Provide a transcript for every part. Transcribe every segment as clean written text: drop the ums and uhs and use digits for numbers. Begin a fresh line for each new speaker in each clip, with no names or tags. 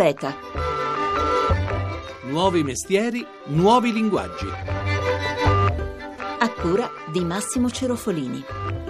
Beta.
Nuovi mestieri, nuovi linguaggi.
A cura di Massimo Cerofolini.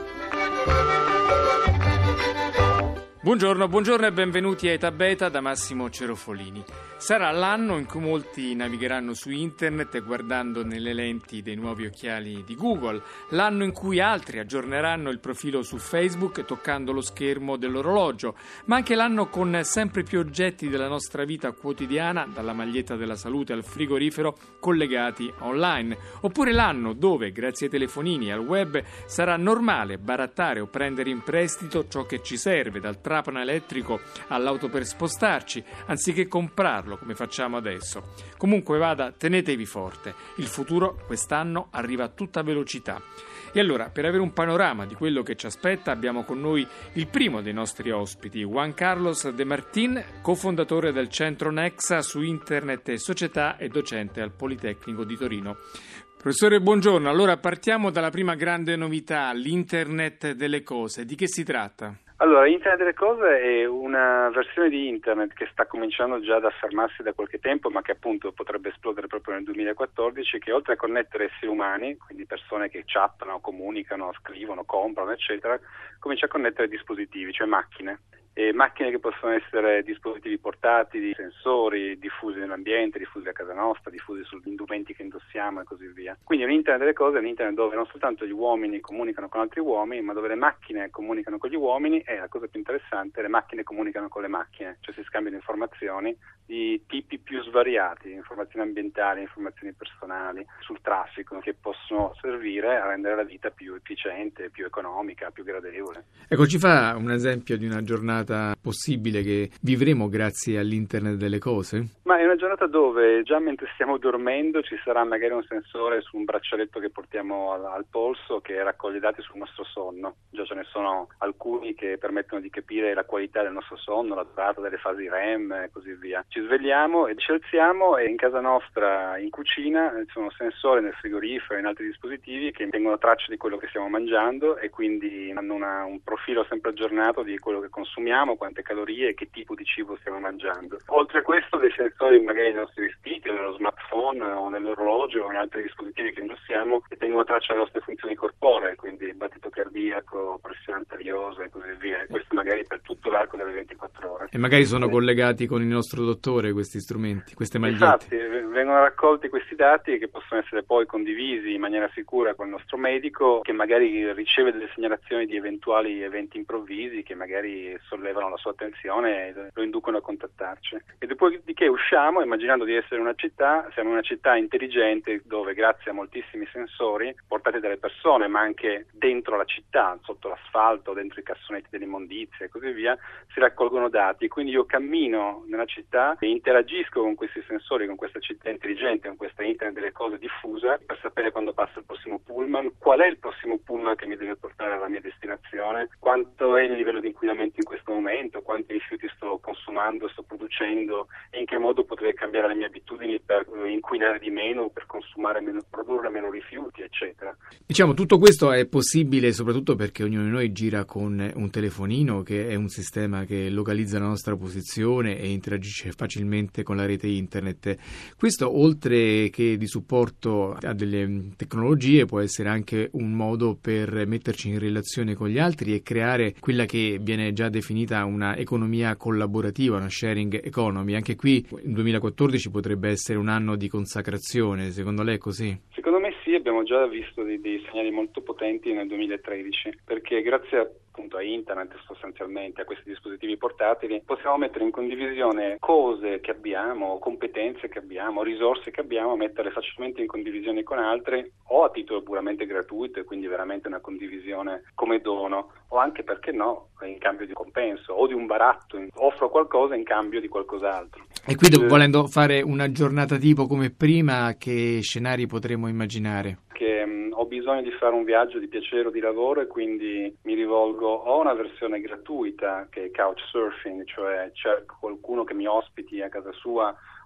Buongiorno e benvenuti a Eta Beta da Massimo Cerofolini. Sarà l'anno in cui molti navigheranno su internet guardando nelle lenti dei nuovi occhiali di Google, l'anno in cui altri aggiorneranno il profilo su Facebook toccando lo schermo dell'orologio, ma anche l'anno con sempre più oggetti della nostra vita quotidiana, dalla maglietta della salute al frigorifero, collegati online. Oppure l'anno dove, grazie ai telefonini e al web, sarà normale barattare o prendere in prestito ciò che ci serve, dal trapano elettrico all'auto per spostarci, anziché comprarlo come facciamo adesso. Comunque vada, tenetevi forte. Il futuro quest'anno arriva a tutta velocità. E allora, per avere un panorama di quello che ci aspetta, abbiamo con noi il primo dei nostri ospiti, Juan Carlos de Martín, cofondatore del centro Nexa su internet e società e docente al Politecnico di Torino. Professore, buongiorno. Allora partiamo dalla prima grande novità, l'internet delle cose. Di che si tratta?
Allora, Internet delle cose è una versione di Internet che sta cominciando già ad affermarsi da qualche tempo, ma che appunto potrebbe esplodere proprio nel 2014, che oltre a connettere esseri umani, quindi persone che chattano, comunicano, scrivono, comprano, eccetera, comincia a connettere dispositivi, cioè macchine. E macchine che possono essere dispositivi portatili, sensori diffusi nell'ambiente, diffusi a casa nostra, diffusi sugli indumenti che indossiamo e così via. Quindi un internet delle cose è un internet dove non soltanto gli uomini comunicano con altri uomini, ma dove le macchine comunicano con gli uomini e, la cosa più interessante, le macchine comunicano con le macchine, cioè si scambiano informazioni di tipi più svariati, informazioni ambientali, informazioni personali, sul traffico, che possono servire a rendere la vita più efficiente, più economica, più gradevole.
Ecco, ci fa un esempio di una giornata possibile che vivremo grazie all'internet delle cose?
Ma è una giornata dove già mentre stiamo dormendo ci sarà magari un sensore su un braccialetto che portiamo al polso che raccoglie dati sul nostro sonno. Già ce ne sono alcuni che permettono di capire la qualità del nostro sonno, la durata delle fasi REM e così via. Ci svegliamo e ci alziamo e in casa nostra, in cucina, ci sono sensori nel frigorifero e in altri dispositivi che tengono traccia di quello che stiamo mangiando e quindi hanno un profilo sempre aggiornato di quello che consumiamo, quante calorie e che tipo di cibo stiamo mangiando. Oltre a questo, dei sensori magari nei nostri vestiti, nello smartphone o nell'orologio o in altri dispositivi che indossiamo che tengono traccia delle nostre funzioni corporee, quindi battito cardiaco, pressione arteriosa e così via. E questo magari per tutto l'arco delle 24 ore.
E magari sono collegati con il nostro dottore questi strumenti, queste magliette.
Infatti, vengono raccolti questi dati che possono essere poi condivisi in maniera sicura con il nostro medico, che magari riceve delle segnalazioni di eventuali eventi improvvisi che magari sollevano la sua attenzione e lo inducono a contattarci. E dopodiché usciamo immaginando di essere una città, siamo una città intelligente dove grazie a moltissimi sensori portati dalle persone, ma anche dentro la città, sotto l'asfalto, dentro i cassonetti dell'immondizia e così via, si raccolgono dati. Quindi io cammino nella città e interagisco con questi sensori, con questa città intelligente, con questa internet delle cose diffusa, per sapere quando passa il prossimo pullman, qual è il prossimo pullman che mi deve portare alla mia destinazione, quanto è il livello di inquinamento in questo momento, quanti rifiuti sto consumando, sto producendo e in che modo potrei cambiare le mie abitudini per inquinare di meno, per consumare meno, produrre meno rifiuti, eccetera.
Diciamo, tutto questo è possibile soprattutto perché ognuno di noi gira con un telefonino che è un sistema che localizza la nostra posizione e interagisce facilmente con la rete internet. Questo, oltre che di supporto a delle tecnologie, può essere anche un modo per metterci in relazione con gli altri e creare quella che viene già definita una economia collaborativa, una sharing economy. Anche qui il 2014 potrebbe essere un anno di consacrazione, secondo lei è così?
Secondo me sì, abbiamo già visto dei segnali molto potenti nel 2013, perché grazie appunto a internet sostanzialmente, a questi dispositivi portatili, possiamo mettere in condivisione cose che abbiamo, competenze che abbiamo, risorse che abbiamo, metterle facilmente in condivisione con altri o a titolo puramente gratuito e quindi veramente una condivisione come dono o anche, perché no, in cambio di compenso o di un baratto, offro qualcosa in cambio di qualcos'altro.
E qui volendo fare una giornata tipo come prima, che scenari potremmo immaginare?
Che ho bisogno di fare un viaggio di piacere o di lavoro e quindi mi rivolgo o a una versione gratuita che è Couchsurfing, cioè cerco qualcuno che mi ospiti a casa sua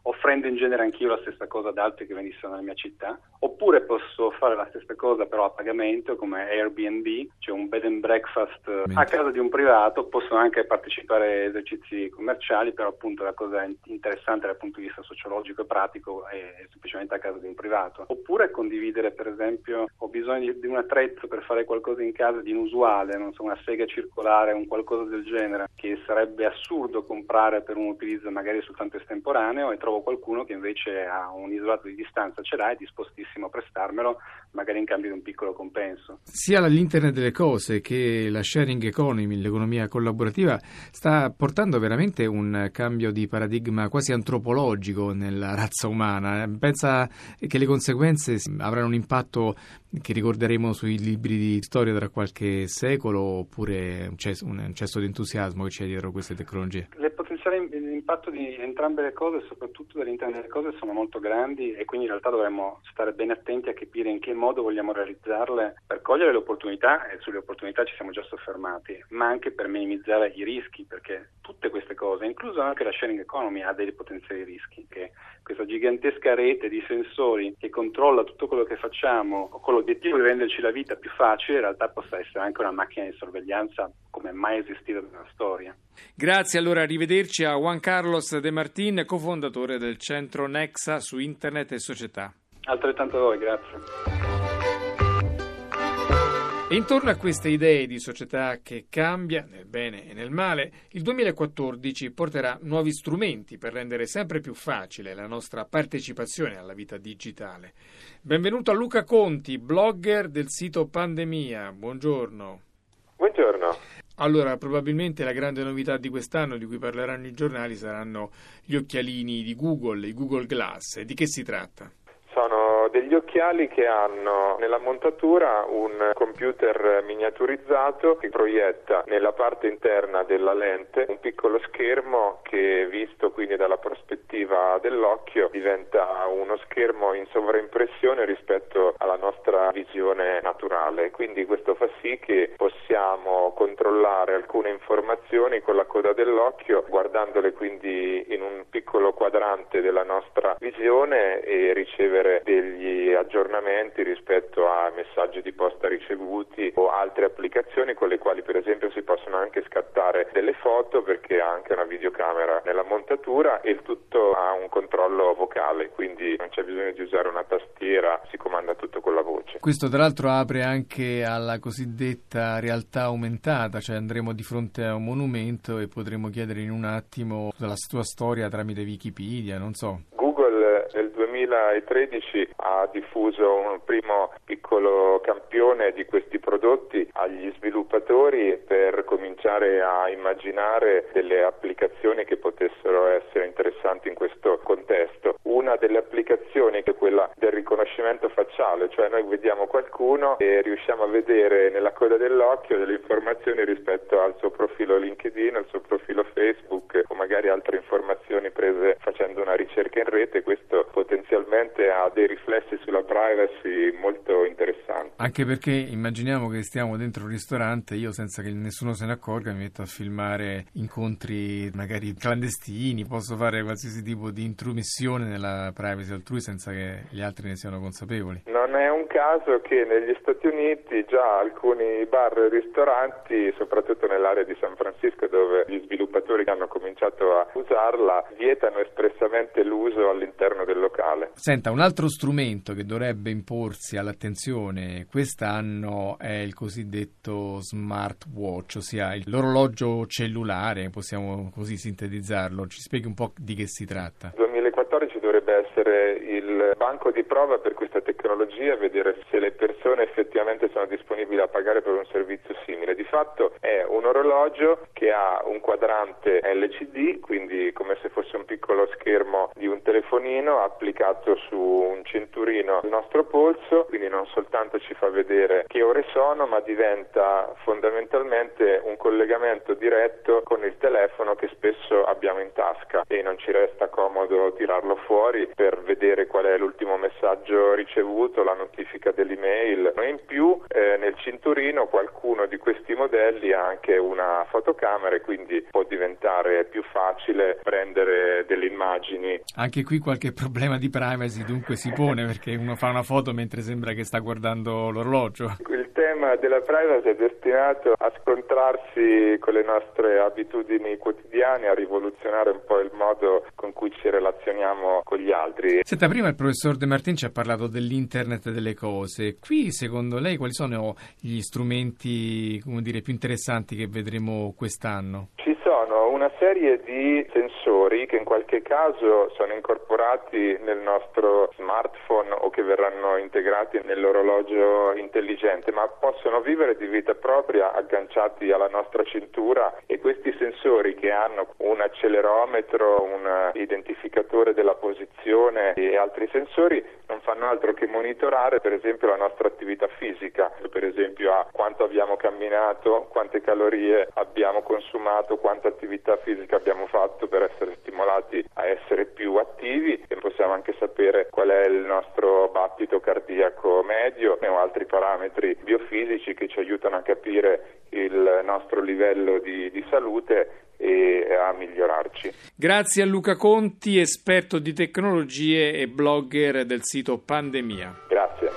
offrendo in genere anch'io la stessa cosa ad altri che venissero nella mia città, oppure posso fare la stessa cosa però a pagamento come Airbnb, cioè un bed and breakfast a casa di un privato. Posso anche partecipare a esercizi commerciali, però appunto la cosa interessante dal punto di vista sociologico e pratico è semplicemente a casa di un privato. Oppure condividere, per esempio, ho bisogno di un attrezzo per fare qualcosa in casa di inusuale, non so, una sega circolare, un qualcosa del genere, che sarebbe assurdo comprare per un utilizzo magari soltanto estemporaneo, e trovo qualcuno che invece ha un isolato di distanza, ce l'ha, è dispostissimo a prestarmelo, magari in cambio di un piccolo compenso.
Sia l'internet delle cose che la sharing economy, l'economia collaborativa, sta portando veramente un cambio di paradigma quasi antropologico nella razza umana. Pensa che le conseguenze avranno un impatto che ricorderemo sui libri di storia tra qualche secolo, oppure un eccesso di entusiasmo che c'è dietro queste tecnologie?
L'impatto di entrambe le cose, soprattutto dell'internet delle cose, sono molto grandi, e quindi in realtà dovremmo stare bene attenti a capire in che modo vogliamo realizzarle per cogliere le opportunità, e sulle opportunità ci siamo già soffermati, ma anche per minimizzare i rischi, perché tutte queste cose, incluso anche la sharing economy, ha dei potenziali rischi, che questa gigantesca rete di sensori che controlla tutto quello che facciamo con l'obiettivo di renderci la vita più facile, in realtà possa essere anche una macchina di sorveglianza come mai esistita nella storia.
Grazie, allora arrivederci a Juan Carlos De Martín, cofondatore del centro Nexa su Internet e Società.
Altrettanto a voi, grazie.
E intorno a queste idee di società che cambia, nel bene e nel male, il 2014 porterà nuovi strumenti per rendere sempre più facile la nostra partecipazione alla vita digitale. Benvenuto a Luca Conti, blogger del sito Pandemia. Buongiorno.
Buongiorno.
Allora, probabilmente la grande novità di quest'anno, di cui parleranno i giornali, saranno gli occhialini di Google, i Google Glass. Di che si tratta?
Sono degli occhiali che hanno nella montatura un computer miniaturizzato che proietta nella parte interna della lente un piccolo schermo che, visto quindi dalla prospettiva dell'occhio, diventa uno schermo in sovraimpressione rispetto alla nostra visione naturale. Quindi questo fa sì che possiamo controllare alcune informazioni con la coda dell'occhio, guardandole quindi in un piccolo quadrante della nostra visione, e ricevere degli aggiornamenti rispetto a messaggi di posta ricevuti o altre applicazioni con le quali, per esempio, si possono anche scattare delle foto, perché ha anche una videocamera nella montatura, e il tutto ha un controllo vocale, quindi non c'è bisogno di usare una tastiera, si comanda tutto con la voce.
Questo tra l'altro apre anche alla cosiddetta realtà aumentata, cioè andremo di fronte a un monumento e potremo chiedere in un attimo la sua storia tramite Wikipedia, non so.
Google nel 2013 ha diffuso un primo piccolo campione di questi prodotti agli sviluppatori per cominciare a immaginare delle applicazioni che potessero essere interessanti in questo contesto. Una delle applicazioni è quella del riconoscimento facciale, cioè noi vediamo qualcuno e riusciamo a vedere nella coda dell'occhio delle informazioni rispetto al suo profilo LinkedIn, al suo profilo Facebook, o magari altre informazioni prese facendo una ricerca in rete. Questo potenzialmente ha dei riflessi sulla privacy molto interessanti.
Anche perché immaginiamo che stiamo dentro un ristorante, io senza che nessuno se ne accorga mi metto a filmare incontri magari clandestini, posso fare qualsiasi tipo di intromissione nella privacy altrui senza che gli altri ne siano consapevoli.
Non è un caso che negli Stati Uniti già alcuni bar e ristoranti, soprattutto nell'area di San Francisco dove gli sviluppatori hanno cominciato a usarla, vietano espressamente l'uso all'interno del locale.
Senta, un altro strumento che dovrebbe imporsi all'attenzione quest'anno è il cosiddetto smartwatch, ossia l'orologio cellulare, possiamo così sintetizzarlo. Ci spieghi un po' di che si tratta?
2014 dovrebbe essere il banco di prova per questa tecnologia, vedere se le persone effettivamente sono disponibili a pagare per un servizio simile. Di fatto è un orologio che ha un quadrante LCD, quindi come se fosse un piccolo schermo di un telefonino applicato su un cinturino al nostro polso, quindi non soltanto ci fa vedere che ore sono, ma diventa fondamentalmente un collegamento diretto con il telefono che spesso abbiamo in tasca e non ci resta comodo tirarlo fuori per vedere qual è l'ultimo messaggio ricevuto, la notifica dell'email. E in più nel cinturino qualcuno di questi modelli ha anche una fotocamera e quindi può diventare più facile prendere delle immagini.
Anche qui qualche problema di privacy dunque si pone, perché uno fa una foto mentre sembra che sta guardando l'orologio.
Il tema della privacy è destinato a scontrarsi con le nostre abitudini quotidiane, a rivoluzionare un po' il modo con cui ci relazioniamo con gli altri.
Senta, prima il professor De Martin ci ha parlato dell'internet delle cose. Qui, secondo lei, quali sono gli strumenti, più interessanti che vedremo quest'anno?
Ci sono una serie di sensori che in qualche caso sono incorporati nel nostro smartphone o che verranno integrati nell'orologio intelligente, ma possono vivere di vita propria agganciati alla nostra cintura, e questi sensori, che hanno un accelerometro, un identificatore della posizione e altri sensori, non fanno altro che monitorare per esempio la nostra attività fisica, per esempio a quanto abbiamo camminato, quante calorie abbiamo consumato, quanta attività fisica abbiamo fatto per essere stimolati a essere più attivi, e possiamo anche sapere qual è il nostro battito cardiaco medio o altri parametri biofisici che ci aiutano a capire il nostro livello di salute e a migliorarci.
Grazie a Luca Conti, esperto di tecnologie e blogger del sito Pandemia.
Grazie.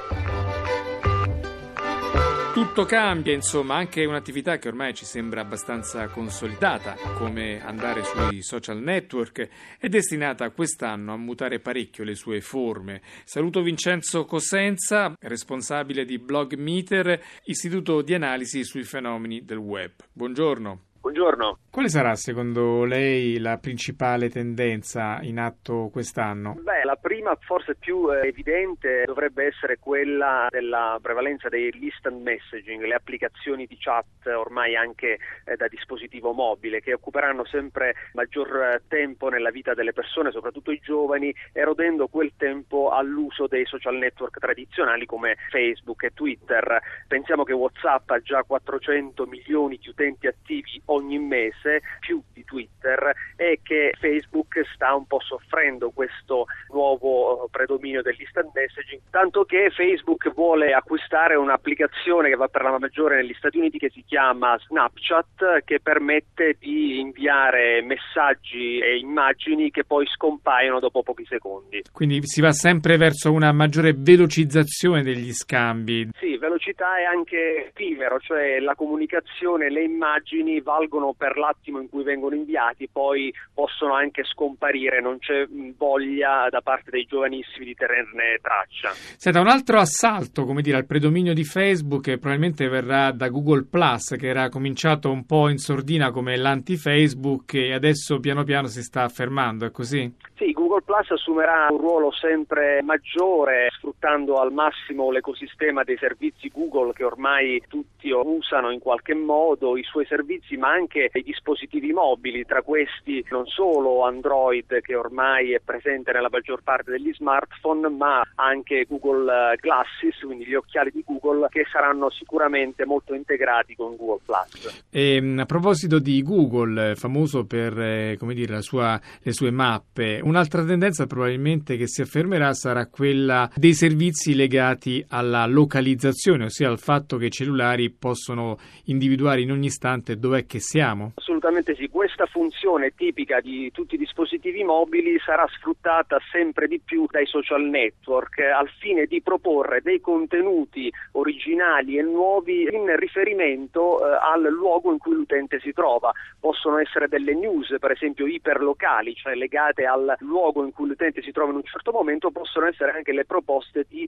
Tutto cambia, insomma, anche un'attività che ormai ci sembra abbastanza consolidata, come andare sui social network, è destinata quest'anno a mutare parecchio le sue forme. Saluto Vincenzo Cosenza, responsabile di Blogmeter, istituto di analisi sui fenomeni del web. Buongiorno.
Buongiorno.
Quale sarà secondo lei la principale tendenza in atto quest'anno?
La prima, forse più evidente, dovrebbe essere quella della prevalenza dell'instant messaging, le applicazioni di chat ormai anche da dispositivo mobile, che occuperanno sempre maggior tempo nella vita delle persone, soprattutto i giovani, erodendo quel tempo all'uso dei social network tradizionali come Facebook e Twitter. Pensiamo che WhatsApp ha già 400 milioni di utenti attivi ogni mese, più di Twitter, e che Facebook sta un po' soffrendo questo nuovo predominio dell'instant messaging, tanto che Facebook vuole acquistare un'applicazione che va per la maggiore negli Stati Uniti, che si chiama Snapchat, che permette di inviare messaggi e immagini che poi scompaiono dopo pochi secondi.
Quindi si va sempre verso una maggiore velocizzazione degli scambi.
Sì, velocità è anche effimero, cioè la comunicazione, le immagini valgono per l'attimo in cui vengono inviati, poi possono anche scomparire, non c'è voglia da parte dei giovanissimi di tenerne traccia.
Senta, un altro assalto, al predominio di Facebook probabilmente verrà da Google Plus, che era cominciato un po' in sordina come l'anti-Facebook e adesso piano piano si sta affermando, è così?
Sì, Google Plus assumerà un ruolo sempre maggiore, sfruttando al massimo l'ecosistema dei servizi Google che ormai tutti usano in qualche modo, i suoi servizi, ma anche i dispositivi mobili, tra questi non solo Android, che ormai è presente nella maggior parte degli smartphone, ma anche Google Glasses, quindi gli occhiali di Google, che saranno sicuramente molto integrati con Google Plus.
E a proposito di Google, famoso per le sue mappe, un'altra tendenza probabilmente che si affermerà sarà quella dei servizi legati alla localizzazione, ossia al fatto che i cellulari possono individuare in ogni istante dov'è che siamo.
Assolutamente sì, questa funzione tipica di tutti i dispositivi mobili sarà sfruttata sempre di più dai social network al fine di proporre dei contenuti originali e nuovi in riferimento al luogo in cui l'utente si trova. Possono essere delle news, per esempio iperlocali, cioè legate al luogo in cui l'utente si trova in un certo momento, possono essere anche le proposte di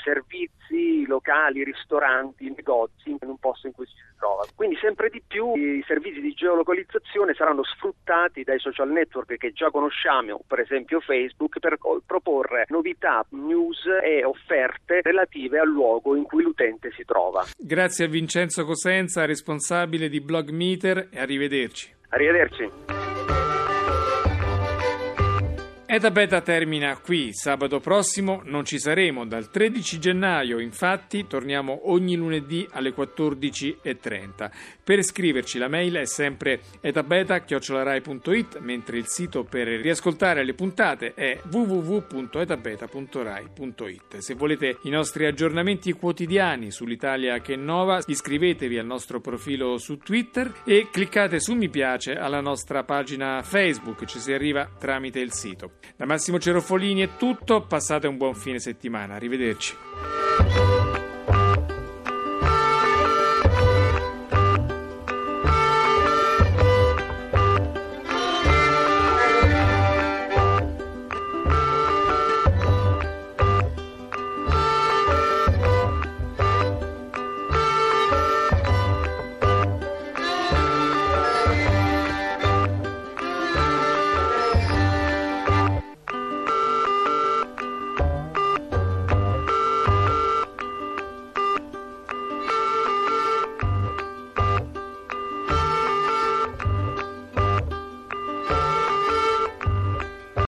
servizi locali, ristoranti, negozi in un posto in cui si trova. Quindi sempre di più i servizi di geolocalizzazione saranno sfruttati dai social network che già conosciamo, per esempio Facebook, per proporre novità, news e offerte relative al luogo in cui l'utente si trova.
Grazie a Vincenzo Cosenza, responsabile di Blogmeter, e arrivederci.
Arrivederci.
Eta Beta termina qui. Sabato prossimo non ci saremo. Dal 13 gennaio, infatti, torniamo ogni lunedì alle 14:30. Per scriverci la mail è sempre etabeta@rai.it, mentre il sito per riascoltare le puntate è www.etabeta.rai.it. Se volete i nostri aggiornamenti quotidiani sull'Italia che innova, iscrivetevi al nostro profilo su Twitter e cliccate su mi piace alla nostra pagina Facebook. Ci si arriva tramite il sito. Da Massimo Cerofolini è tutto, passate un buon fine settimana, arrivederci.